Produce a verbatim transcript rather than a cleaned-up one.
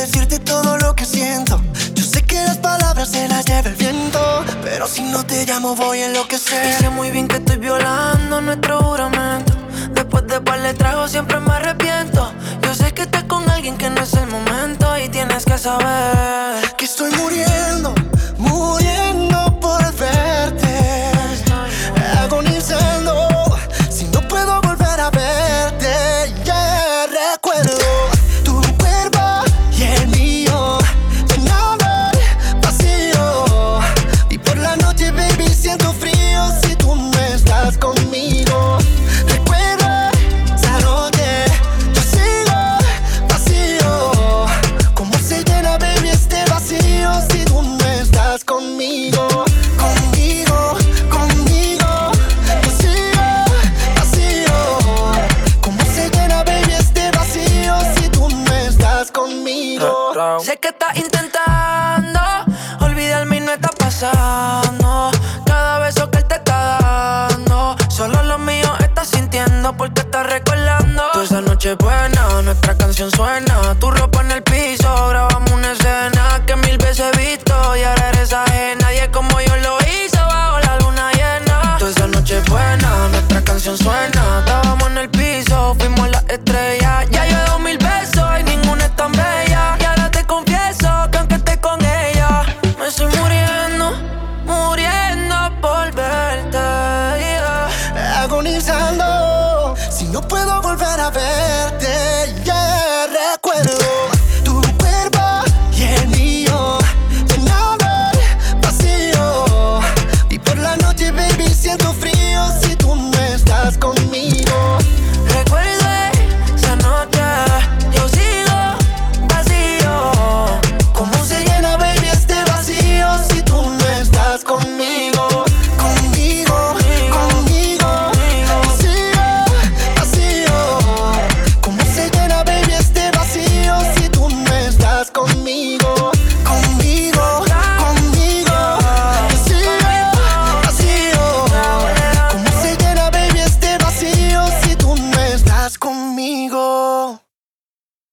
decirte todo lo que siento. Yo sé que las palabras se las lleva el viento, pero si no te llamo voy a enloquecer. Y sé muy bien que estoy violando nuestro juramento. Después de par de tragos siempre me arrepiento. Yo sé que estás con alguien que no es el momento, y tienes que saber que estoy muriendo, muriendo por verte, agonizando si no puedo volver a verte. Yeah, recuerdo tu cuerpo y el mío llenando el vacío, y por la noche, baby, siento frío si tú no estás conmigo. Recuerda esa noche, yo sigo vacío. ¿Cómo se llena, baby, este vacío si tú no estás conmigo? Conmigo, conmigo, yo sigo vacío. ¿Cómo se llena, baby, este vacío si tú no estás conmigo? Sé que estás intentando olvidarme y no está pasando. Cada beso que él te está dando, solo lo mío estás sintiendo porque estás recordando. Toda esa noche buena, nuestra canción suena. Tu ropa en el piso, grabamos una escena que mil veces he visto y ahora eres ajena. Nadie como yo lo hizo bajo la luna llena. Toda esa noche buena, nuestra canción suena. Estábamos en el piso, fuimos las estrellas. Ya yo he dado mil besos y ninguna es tan bella. Y ahora te confieso que aunque esté con ella, me estoy muriendo, muriendo por verte, yeah. Agonizando si no puedo volver a verte.